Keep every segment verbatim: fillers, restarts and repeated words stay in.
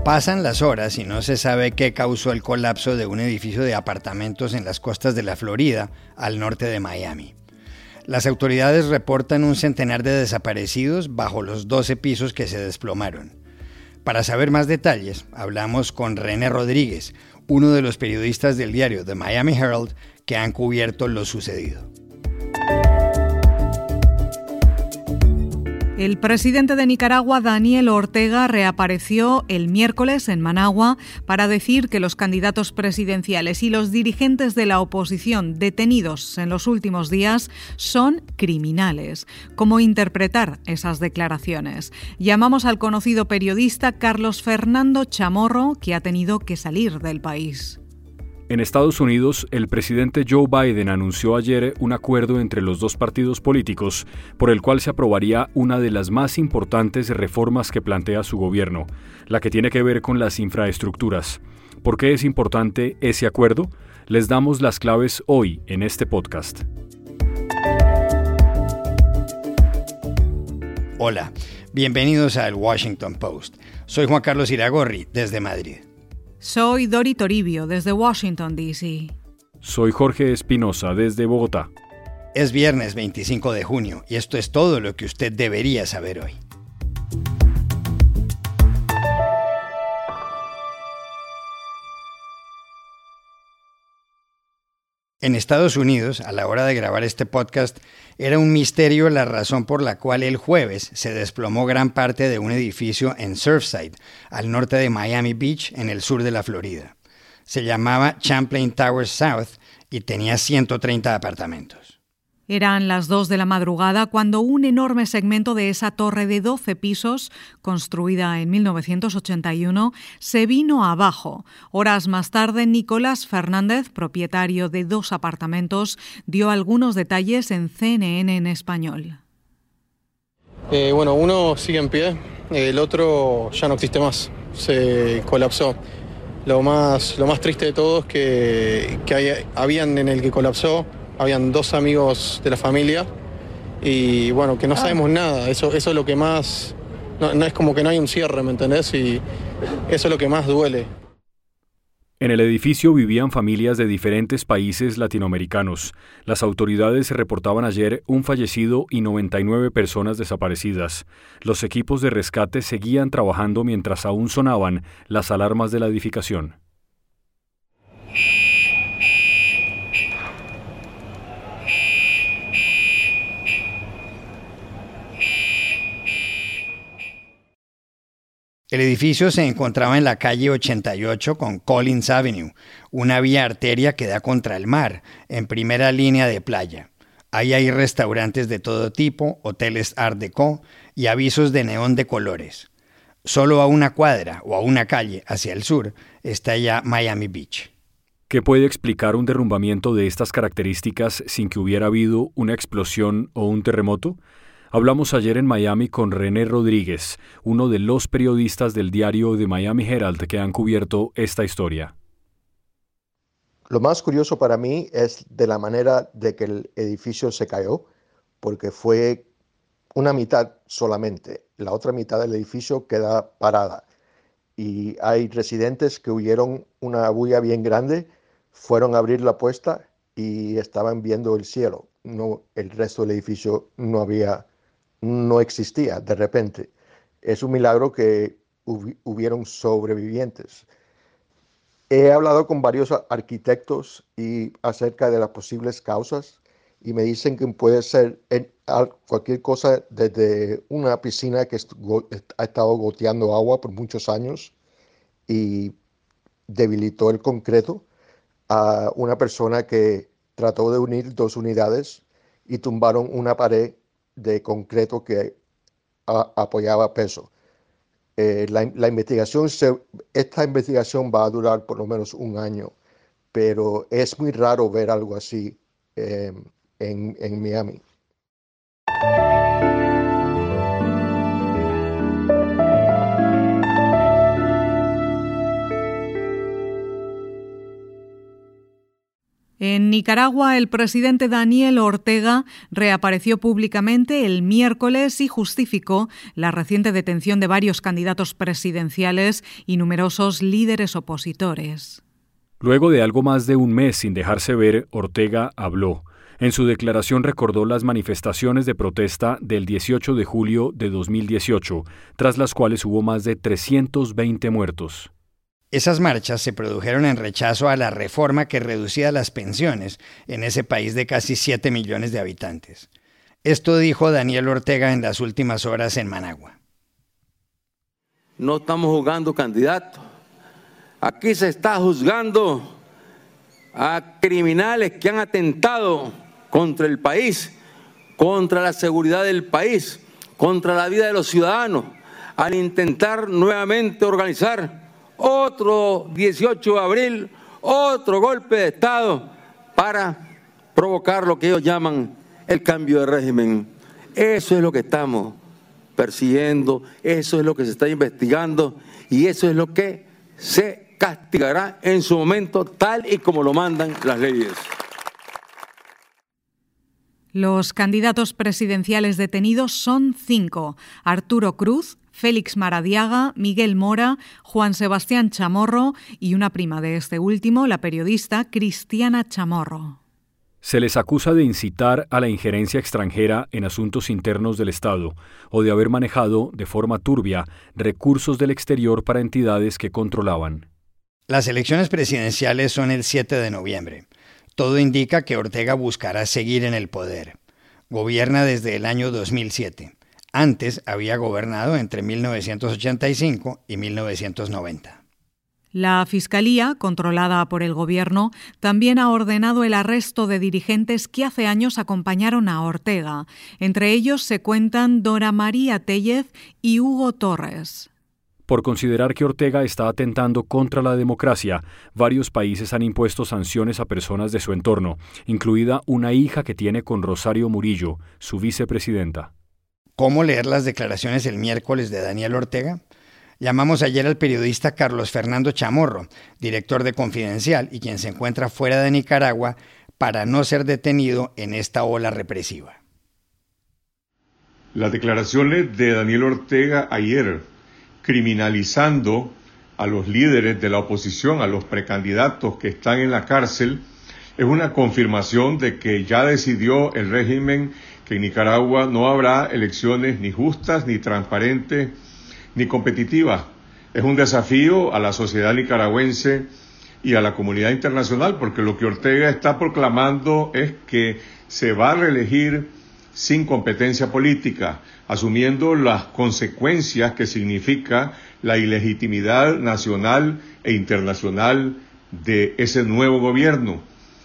Pasan las horas y no se sabe qué causó el colapso de un edificio de apartamentos en las costas de la Florida, al norte de Miami. Las autoridades reportan un centenar de desaparecidos bajo los doce pisos que se desplomaron. Para saber más detalles, hablamos con René Rodríguez, uno de los periodistas del diario The Miami Herald que han cubierto lo sucedido. El presidente de Nicaragua, Daniel Ortega, reapareció el miércoles en Managua para decir que los candidatos presidenciales y los dirigentes de la oposición detenidos en los últimos días son criminales. ¿Cómo interpretar esas declaraciones? Llamamos al conocido periodista Carlos Fernando Chamorro, que ha tenido que salir del país. En Estados Unidos, el presidente Joe Biden anunció ayer un acuerdo entre los dos partidos políticos por el cual se aprobaría una de las más importantes reformas que plantea su gobierno, la que tiene que ver con las infraestructuras. ¿Por qué es importante ese acuerdo? Les damos las claves hoy en este podcast. Hola, bienvenidos al Washington Post. Soy Juan Carlos Iragorri, desde Madrid. Soy Dori Toribio, desde Washington, D C Soy Jorge Espinosa, desde Bogotá. Es viernes veinticinco de junio y esto es todo lo que usted debería saber hoy. En Estados Unidos, a la hora de grabar este podcast, era un misterio la razón por la cual el jueves se desplomó gran parte de un edificio en Surfside, al norte de Miami Beach, en el sur de la Florida. Se llamaba Champlain Towers South y tenía ciento treinta apartamentos. Eran las dos de la madrugada cuando un enorme segmento de esa torre de doce pisos, construida en mil novecientos ochenta y uno, se vino abajo. Horas más tarde, Nicolás Fernández, propietario de dos apartamentos, dio algunos detalles en C N N en español. Eh, bueno, uno sigue en pie, el otro ya no existe más, se colapsó. Lo más, lo más triste de todo es que, que hay, habían en el que colapsó, habían dos amigos de la familia y bueno, que no sabemos nada, eso, eso es lo que más, no, no es como que no hay un cierre, ¿me entendés? Y eso es lo que más duele. En el edificio vivían familias de diferentes países latinoamericanos. Las autoridades reportaban ayer un fallecido y noventa y nueve personas desaparecidas. Los equipos de rescate seguían trabajando mientras aún sonaban las alarmas de la edificación. El edificio se encontraba en la calle ochenta y ocho con Collins Avenue, una vía arteria que da contra el mar, en primera línea de playa. Ahí hay restaurantes de todo tipo, hoteles Art Deco y avisos de neón de colores. Solo a una cuadra o a una calle hacia el sur está ya Miami Beach. ¿Qué puede explicar un derrumbamiento de estas características sin que hubiera habido una explosión o un terremoto? Hablamos ayer en Miami con René Rodríguez, uno de los periodistas del diario The Miami Herald que han cubierto esta historia. Lo más curioso para mí es de la manera de que el edificio se cayó, porque fue una mitad solamente. La otra mitad del edificio queda parada. Y hay residentes que huyeron una bulla bien grande, fueron a abrir la puerta y estaban viendo el cielo. No, el resto del edificio no había no existía de repente. Es un milagro que hubi- hubieron sobrevivientes. He hablado con varios arquitectos y acerca de las posibles causas y me dicen que puede ser en, cualquier cosa desde una piscina que ha estado goteando agua por muchos años y debilitó el concreto, a una persona que trató de unir dos unidades y tumbaron una pared de concreto que a, apoyaba peso. Eh, la, la investigación, se, esta investigación va a durar por lo menos un año, pero es muy raro ver algo así eh, en, en Miami. En En Nicaragua, el presidente Daniel Ortega reapareció públicamente el miércoles y justificó la reciente detención de varios candidatos presidenciales y numerosos líderes opositores. Luego de algo más de un mes sin dejarse ver, Ortega habló. En su declaración recordó las manifestaciones de protesta del dieciocho de julio de dos mil dieciocho, tras las cuales hubo más de trescientos veinte muertos. Esas marchas se produjeron en rechazo a la reforma que reducía las pensiones en ese país de casi siete millones de habitantes. Esto dijo Daniel Ortega en las últimas horas en Managua. No estamos juzgando candidatos. Aquí se está juzgando a criminales que han atentado contra el país, contra la seguridad del país, contra la vida de los ciudadanos, al intentar nuevamente organizar otro dieciocho de abril, otro golpe de Estado para provocar lo que ellos llaman el cambio de régimen. Eso es lo que estamos persiguiendo, eso es lo que se está investigando y eso es lo que se castigará en su momento tal y como lo mandan las leyes. Los candidatos presidenciales detenidos son cinco: Arturo Cruz, Félix Maradiaga, Miguel Mora, Juan Sebastián Chamorro y una prima de este último, la periodista Cristiana Chamorro. Se les acusa de incitar a la injerencia extranjera en asuntos internos del Estado o de haber manejado, de forma turbia, recursos del exterior para entidades que controlaban. Las elecciones presidenciales son el siete de noviembre. Todo indica que Ortega buscará seguir en el poder. Gobierna desde el año dos mil siete. Antes había gobernado entre mil novecientos ochenta y cinco y mil novecientos noventa. La Fiscalía, controlada por el Gobierno, también ha ordenado el arresto de dirigentes que hace años acompañaron a Ortega. Entre ellos se cuentan Dora María Tellez y Hugo Torres. Por considerar que Ortega está atentando contra la democracia, varios países han impuesto sanciones a personas de su entorno, incluida una hija que tiene con Rosario Murillo, su vicepresidenta. ¿Cómo leer las declaraciones el miércoles de Daniel Ortega? Llamamos ayer al periodista Carlos Fernando Chamorro, director de Confidencial y quien se encuentra fuera de Nicaragua, para no ser detenido en esta ola represiva. Las declaraciones de Daniel Ortega ayer, criminalizando a los líderes de la oposición, a los precandidatos que están en la cárcel, es una confirmación de que ya decidió el régimen que en Nicaragua no habrá elecciones ni justas, ni transparentes, ni competitivas. Es un desafío a la sociedad nicaragüense y a la comunidad internacional, porque lo que Ortega está proclamando es que se va a reelegir sin competencia política, asumiendo las consecuencias que significa la ilegitimidad nacional e internacional de ese nuevo gobierno.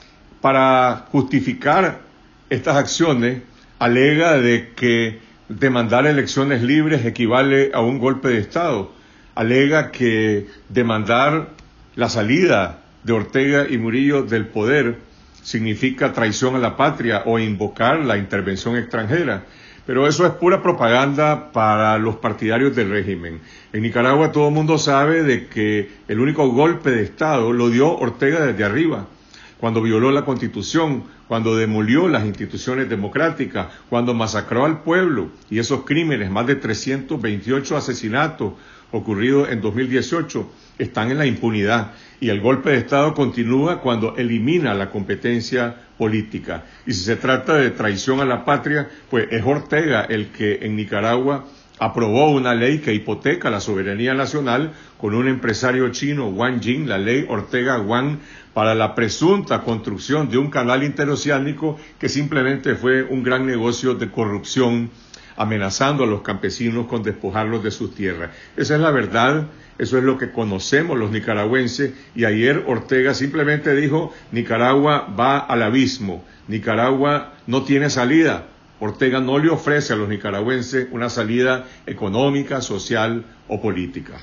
Para justificar estas acciones, alega de que demandar elecciones libres equivale a un golpe de Estado. Alega que demandar la salida de Ortega y Murillo del poder significa traición a la patria o invocar la intervención extranjera. Pero eso es pura propaganda para los partidarios del régimen. En Nicaragua todo el mundo sabe de que el único golpe de Estado lo dio Ortega desde arriba, cuando violó la Constitución, cuando demolió las instituciones democráticas, cuando masacró al pueblo, y esos crímenes, más de trescientos veintiocho asesinatos ocurridos en dos mil dieciocho, están en la impunidad. Y el golpe de Estado continúa cuando elimina la competencia política. Y si se trata de traición a la patria, pues es Ortega el que en Nicaragua aprobó una ley que hipoteca la soberanía nacional con un empresario chino, Wang Jing, la ley Ortega-Wang, para la presunta construcción de un canal interoceánico que simplemente fue un gran negocio de corrupción, amenazando a los campesinos con despojarlos de sus tierras. Esa es la verdad, eso es lo que conocemos los nicaragüenses, y ayer Ortega simplemente dijo: Nicaragua va al abismo, Nicaragua no tiene salida. Ortega no le ofrece a los nicaragüenses una salida económica, social o política.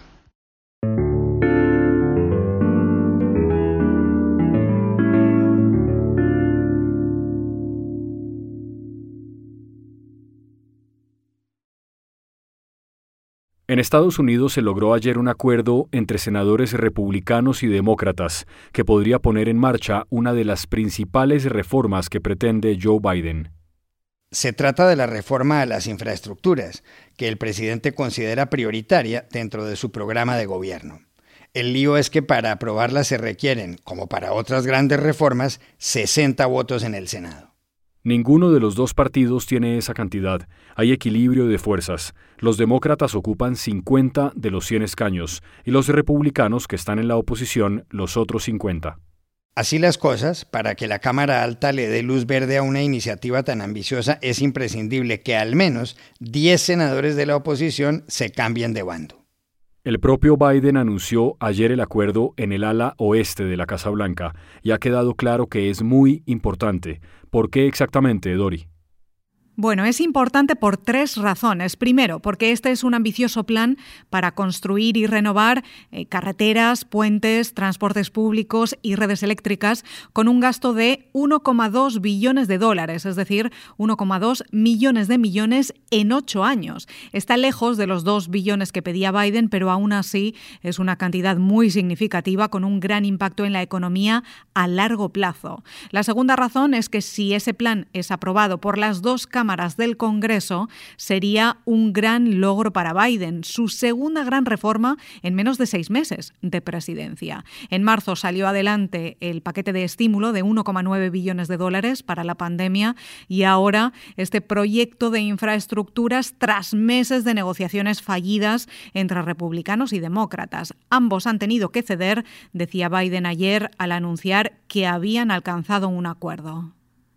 En Estados Unidos se logró ayer un acuerdo entre senadores republicanos y demócratas que podría poner en marcha una de las principales reformas que pretende Joe Biden. Se trata de la reforma a las infraestructuras, que el presidente considera prioritaria dentro de su programa de gobierno. El lío es que para aprobarla se requieren, como para otras grandes reformas, sesenta votos en el Senado. Ninguno de los dos partidos tiene esa cantidad. Hay equilibrio de fuerzas. Los demócratas ocupan cincuenta de los cien escaños y los republicanos, que están en la oposición, los otros cincuenta. Así las cosas, para que la Cámara Alta le dé luz verde a una iniciativa tan ambiciosa, es imprescindible que al menos diez senadores de la oposición se cambien de bando. El propio Biden anunció ayer el acuerdo en el ala oeste de la Casa Blanca y ha quedado claro que es muy importante. ¿Por qué exactamente, Dori? Bueno, es importante por tres razones. Primero, porque este es un ambicioso plan para construir y renovar eh, carreteras, puentes, transportes públicos y redes eléctricas con un gasto de uno coma dos billones de dólares, es decir, uno coma dos millones de millones en ocho años. Está lejos de los dos billones que pedía Biden, pero aún así es una cantidad muy significativa con un gran impacto en la economía a largo plazo. La segunda razón es que si ese plan es aprobado por las dos cámaras del Congreso, sería un gran logro para Biden, su segunda gran reforma en menos de seis meses de presidencia. En marzo salió adelante el paquete de estímulo de uno coma nueve billones de dólares para la pandemia y ahora este proyecto de infraestructuras tras meses de negociaciones fallidas entre republicanos y demócratas. Ambos han tenido que ceder, decía Biden ayer al anunciar que habían alcanzado un acuerdo.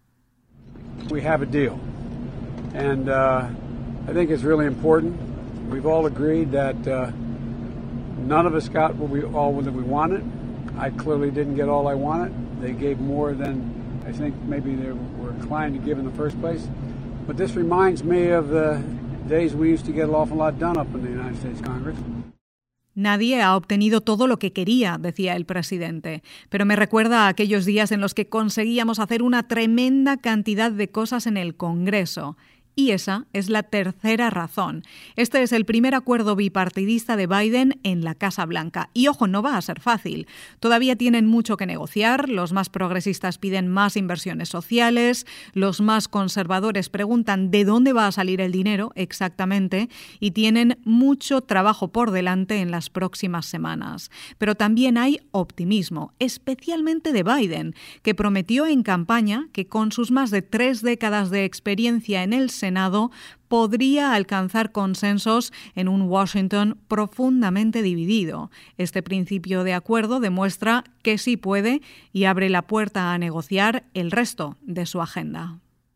We have a deal. And uh, I think it's really important. We've all agreed that uh, none of us got what we all that we wanted. I clearly didn't get all I wanted. They gave more than I think maybe they were inclined to give in the first place. But this reminds me of the days we used to get an awful lot done up in the United States Congress. Nadie ha obtenido todo lo que quería, decía el presidente, pero me recuerda a aquellos días en los que conseguíamos hacer una tremenda cantidad de cosas en el Congreso. Y esa es la tercera razón. Este es el primer acuerdo bipartidista de Biden en la Casa Blanca. Y ojo, no va a ser fácil. Todavía tienen mucho que negociar. Los más progresistas piden más inversiones sociales. Los más conservadores preguntan de dónde va a salir el dinero exactamente. Y tienen mucho trabajo por delante en las próximas semanas. Pero también hay optimismo, especialmente de Biden, que prometió en campaña que con sus más de tres décadas de experiencia en el Senado podría alcanzar consensos en un Washington profundamente dividido. Este principio de acuerdo demuestra que sí puede y abre la puerta a negociar el resto de su agenda.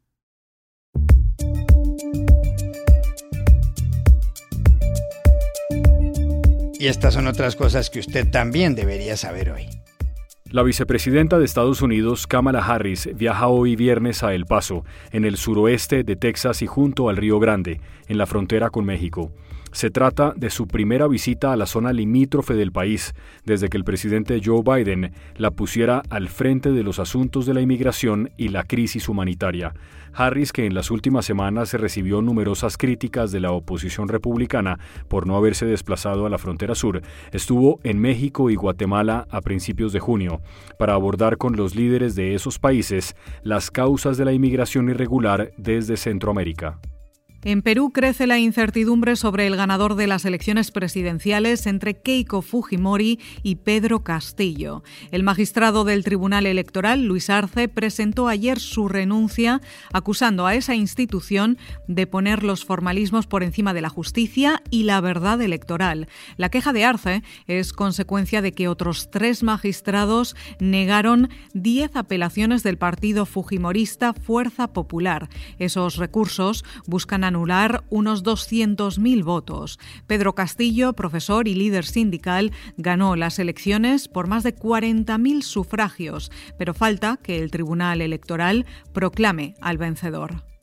Y estas son otras cosas que usted también debería saber hoy. La vicepresidenta de Estados Unidos, Kamala Harris, viaja hoy viernes a El Paso, en el suroeste de Texas y junto al Río Grande, en la frontera con México. Se trata de su primera visita a la zona limítrofe del país, desde que el presidente Joe Biden la pusiera al frente de los asuntos de la inmigración y la crisis humanitaria. Harris, que en las últimas semanas recibió numerosas críticas de la oposición republicana por no haberse desplazado a la frontera sur, estuvo en México y Guatemala a principios de junio para abordar con los líderes de esos países las causas de la inmigración irregular desde Centroamérica. En Perú crece la incertidumbre sobre el ganador de las elecciones presidenciales entre Keiko Fujimori y Pedro Castillo. El magistrado del Tribunal Electoral, Luis Arce, presentó ayer su renuncia, acusando a esa institución de poner los formalismos por encima de la justicia y la verdad electoral. La queja de Arce es consecuencia de que otros tres magistrados negaron diez apelaciones del partido fujimorista Fuerza Popular. Esos recursos buscan anular unos doscientos mil votos. Pedro Castillo, profesor y líder sindical, ganó las elecciones por más de cuarenta mil sufragios, pero falta que el Tribunal Electoral proclame al vencedor.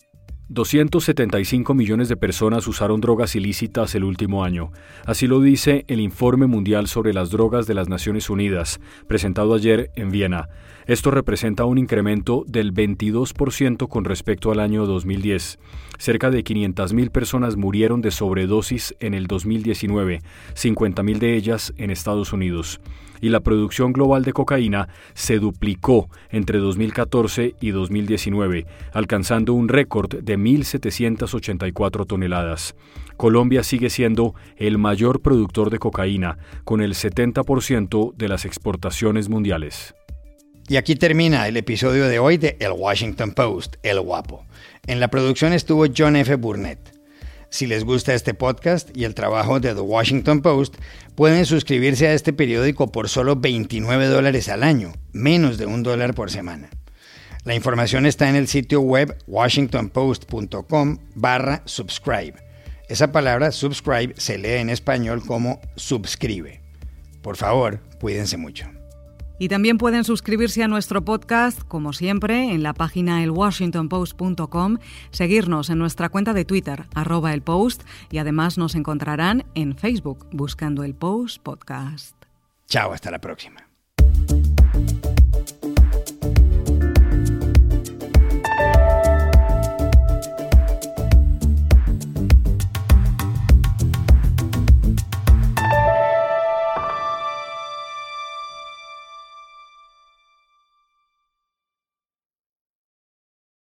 doscientos setenta y cinco millones de personas usaron drogas ilícitas el último año. Así lo dice el Informe Mundial sobre las Drogas de las Naciones Unidas, presentado ayer en Viena. Esto representa un incremento del veintidós por ciento con respecto al año dos mil diez. Cerca de quinientas mil personas murieron de sobredosis en el dos mil diecinueve, cincuenta mil de ellas en Estados Unidos. Y la producción global de cocaína se duplicó entre dos mil catorce y dos mil diecinueve, alcanzando un récord de mil setecientas ochenta y cuatro toneladas. Colombia sigue siendo el mayor productor de cocaína, con el setenta por ciento de las exportaciones mundiales. Y aquí termina el episodio de hoy de El Washington Post, El Guapo. En la producción estuvo John F. Burnett. Si les gusta este podcast y el trabajo de The Washington Post, pueden suscribirse a este periódico por solo veintinueve dólares al año, menos de un dólar por semana. La información está en el sitio web washingtonpost.com barra subscribe. Esa palabra subscribe se lee en español como subscribe. Por favor, cuídense mucho. Y también pueden suscribirse a nuestro podcast, como siempre, en la página el washington post punto com, seguirnos en nuestra cuenta de Twitter, arroba el Post, y además nos encontrarán en Facebook buscando el Post Podcast. Chao, hasta la próxima.